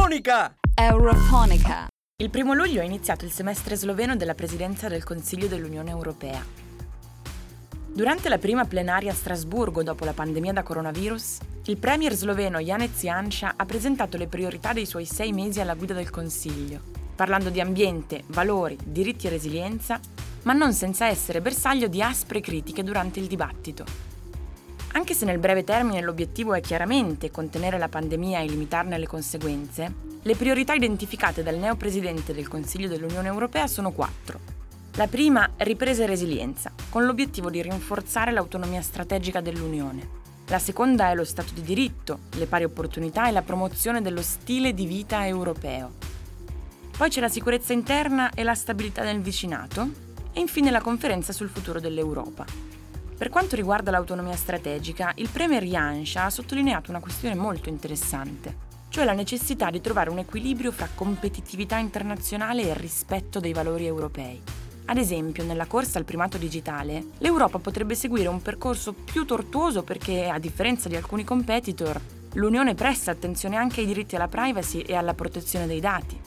Eurofonica! Eurofonica. Il 1 luglio è iniziato il semestre sloveno della Presidenza del Consiglio dell'Unione Europea. Durante la prima plenaria a Strasburgo dopo la pandemia da coronavirus, il premier sloveno Janez Janša ha presentato le priorità dei suoi 6 mesi alla guida del Consiglio, parlando di ambiente, valori, diritti e resilienza, ma non senza essere bersaglio di aspre critiche durante il dibattito. Anche se nel breve termine l'obiettivo è chiaramente contenere la pandemia e limitarne le conseguenze, le priorità identificate dal neopresidente del Consiglio dell'Unione Europea sono 4. La prima è ripresa e resilienza, con l'obiettivo di rinforzare l'autonomia strategica dell'Unione. La seconda è lo Stato di diritto, le pari opportunità e la promozione dello stile di vita europeo. Poi c'è la sicurezza interna e la stabilità del vicinato, e infine la conferenza sul futuro dell'Europa. Per quanto riguarda l'autonomia strategica, il premier Janša ha sottolineato una questione molto interessante, cioè la necessità di trovare un equilibrio fra competitività internazionale e rispetto dei valori europei. Ad esempio, nella corsa al primato digitale, l'Europa potrebbe seguire un percorso più tortuoso perché, a differenza di alcuni competitor, l'Unione presta attenzione anche ai diritti alla privacy e alla protezione dei dati.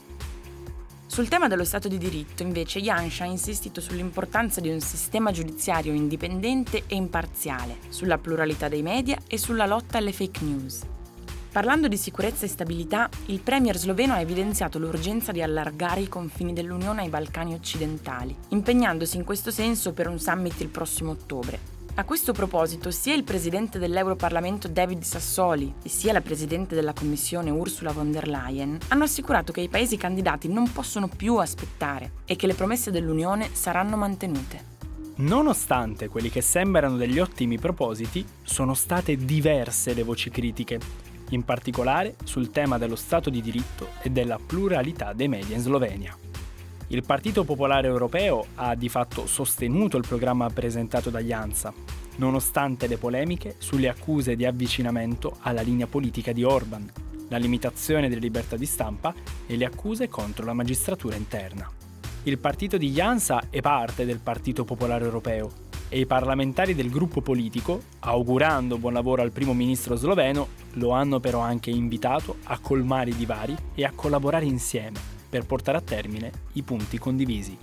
Sul tema dello Stato di diritto, invece, Janša ha insistito sull'importanza di un sistema giudiziario indipendente e imparziale, sulla pluralità dei media e sulla lotta alle fake news. Parlando di sicurezza e stabilità, il premier sloveno ha evidenziato l'urgenza di allargare i confini dell'Unione ai Balcani occidentali, impegnandosi in questo senso per un summit il prossimo ottobre. A questo proposito, sia il presidente dell'Europarlamento David Sassoli e sia la presidente della Commissione Ursula von der Leyen hanno assicurato che i paesi candidati non possono più aspettare e che le promesse dell'Unione saranno mantenute. Nonostante quelli che sembrano degli ottimi propositi, sono state diverse le voci critiche, in particolare sul tema dello Stato di diritto e della pluralità dei media in Slovenia. Il Partito Popolare Europeo ha di fatto sostenuto il programma presentato da Janša, nonostante le polemiche sulle accuse di avvicinamento alla linea politica di Orban, la limitazione delle libertà di stampa e le accuse contro la magistratura interna. Il partito di Janša è parte del Partito Popolare Europeo e i parlamentari del gruppo politico, augurando buon lavoro al primo ministro sloveno, lo hanno però anche invitato a colmare i divari e a collaborare insieme per portare a termine i punti condivisi.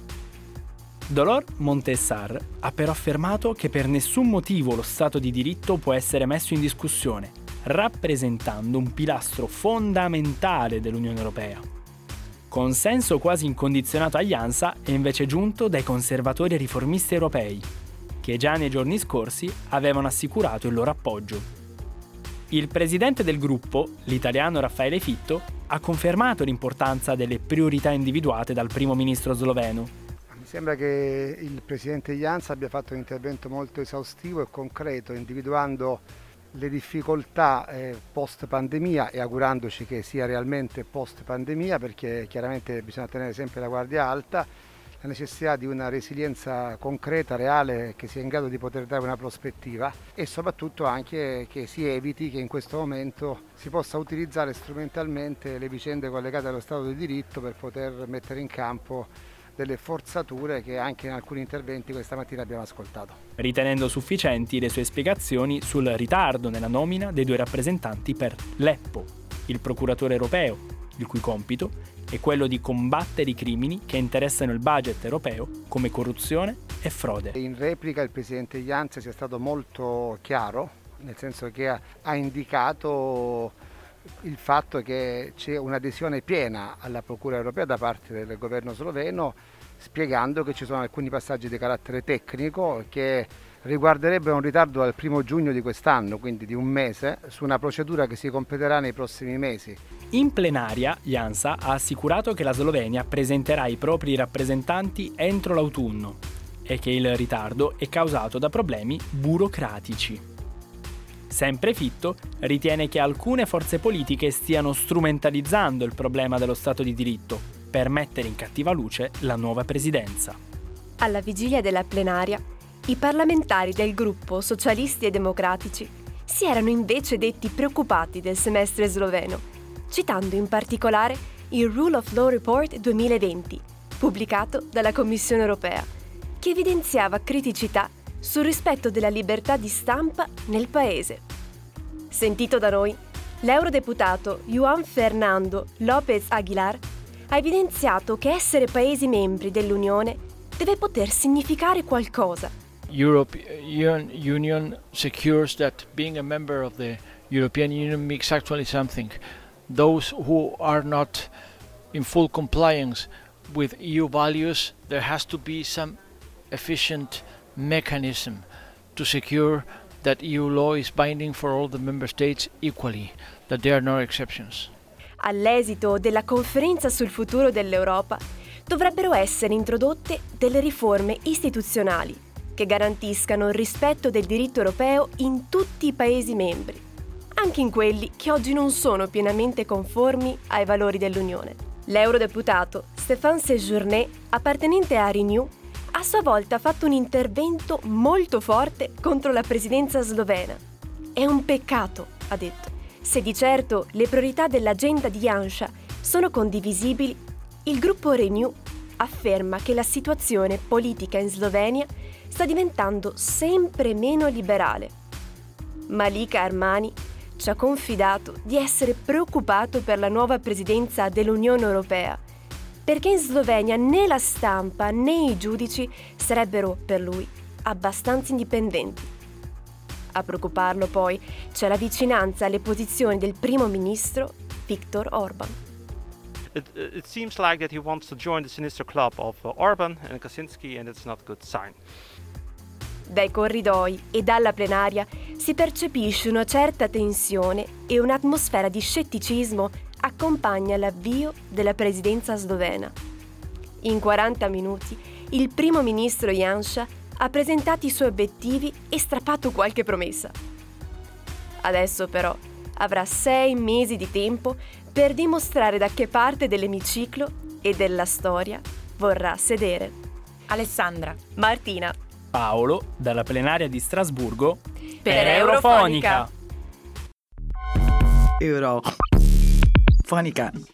Dolor Montessar ha però affermato che per nessun motivo lo Stato di diritto può essere messo in discussione, rappresentando un pilastro fondamentale dell'Unione Europea. Consenso quasi incondizionato a Janša è invece giunto dai conservatori e riformisti europei, che già nei giorni scorsi avevano assicurato il loro appoggio. Il presidente del gruppo, l'italiano Raffaele Fitto, ha confermato l'importanza delle priorità individuate dal primo ministro sloveno. Mi sembra che il presidente Janša abbia fatto un intervento molto esaustivo e concreto, individuando le difficoltà post pandemia e augurandoci che sia realmente post pandemia, perché chiaramente bisogna tenere sempre la guardia alta, la necessità di una resilienza concreta, reale, che sia in grado di poter dare una prospettiva e soprattutto anche che si eviti che in questo momento si possa utilizzare strumentalmente le vicende collegate allo Stato di diritto per poter mettere in campo delle forzature che anche in alcuni interventi questa mattina abbiamo ascoltato. Ritenendo sufficienti le sue spiegazioni sul ritardo nella nomina dei 2 rappresentanti per l'EPPO, il procuratore europeo, il cui compito è quello di combattere i crimini che interessano il budget europeo come corruzione e frode. In replica il presidente Janša sia stato molto chiaro, nel senso che ha indicato il fatto che c'è un'adesione piena alla Procura europea da parte del governo sloveno, spiegando che ci sono alcuni passaggi di carattere tecnico che riguarderebbero un ritardo al 1 giugno di quest'anno, quindi di un mese, su una procedura che si completerà nei prossimi mesi. In plenaria, Janša ha assicurato che la Slovenia presenterà i propri rappresentanti entro l'autunno e che il ritardo è causato da problemi burocratici. Sempre Fitto ritiene che alcune forze politiche stiano strumentalizzando il problema dello Stato di diritto per mettere in cattiva luce la nuova presidenza. Alla vigilia della plenaria, i parlamentari del gruppo Socialisti e Democratici si erano invece detti preoccupati del semestre sloveno, citando in particolare il Rule of Law Report 2020, pubblicato dalla Commissione europea, che evidenziava criticità sul rispetto della libertà di stampa nel paese. Sentito da noi, L'eurodeputato Juan Fernando López Aguilar ha evidenziato che essere Paesi membri dell'Unione deve poter significare qualcosa. European Union secures that being a member of the European Union means actually something. Those who are not in full compliance with EU values, there has to be some efficient mechanism to secure that EU law is binding for all the member states equally, that there are no exceptions. All'esito della conferenza sul futuro dell'Europa dovrebbero essere introdotte delle riforme istituzionali che garantiscano il rispetto del diritto europeo in tutti i Paesi membri, anche in quelli che oggi non sono pienamente conformi ai valori dell'Unione. L'eurodeputato Stéphane Séjourné, appartenente a Renew, a sua volta ha fatto un intervento molto forte contro la presidenza slovena. È un peccato, ha detto. Se di certo le priorità dell'agenda di Janša sono condivisibili, il gruppo Renew afferma che la situazione politica in Slovenia sta diventando sempre meno liberale. Malika Armani ci ha confidato di essere preoccupato per la nuova presidenza dell'Unione Europea, perché in Slovenia né la stampa né i giudici sarebbero, per lui, abbastanza indipendenti. A preoccuparlo poi c'è la vicinanza alle posizioni del primo ministro Viktor Orban. It seems like that he wants to join the sinister club of Orban and Kaczynski, and it's not a good sign. Dai corridoi e dalla plenaria si percepisce una certa tensione e un'atmosfera di scetticismo accompagna l'avvio della presidenza slovena. In 40 minuti il primo ministro Janša ha presentato i suoi obiettivi e strappato qualche promessa. Adesso però avrà 6 mesi di tempo per dimostrare da che parte dell'emiciclo e della storia vorrà sedere. Alessandra, Martina, Paolo, dalla plenaria di Strasburgo, per Eurofonica. Eurofonica.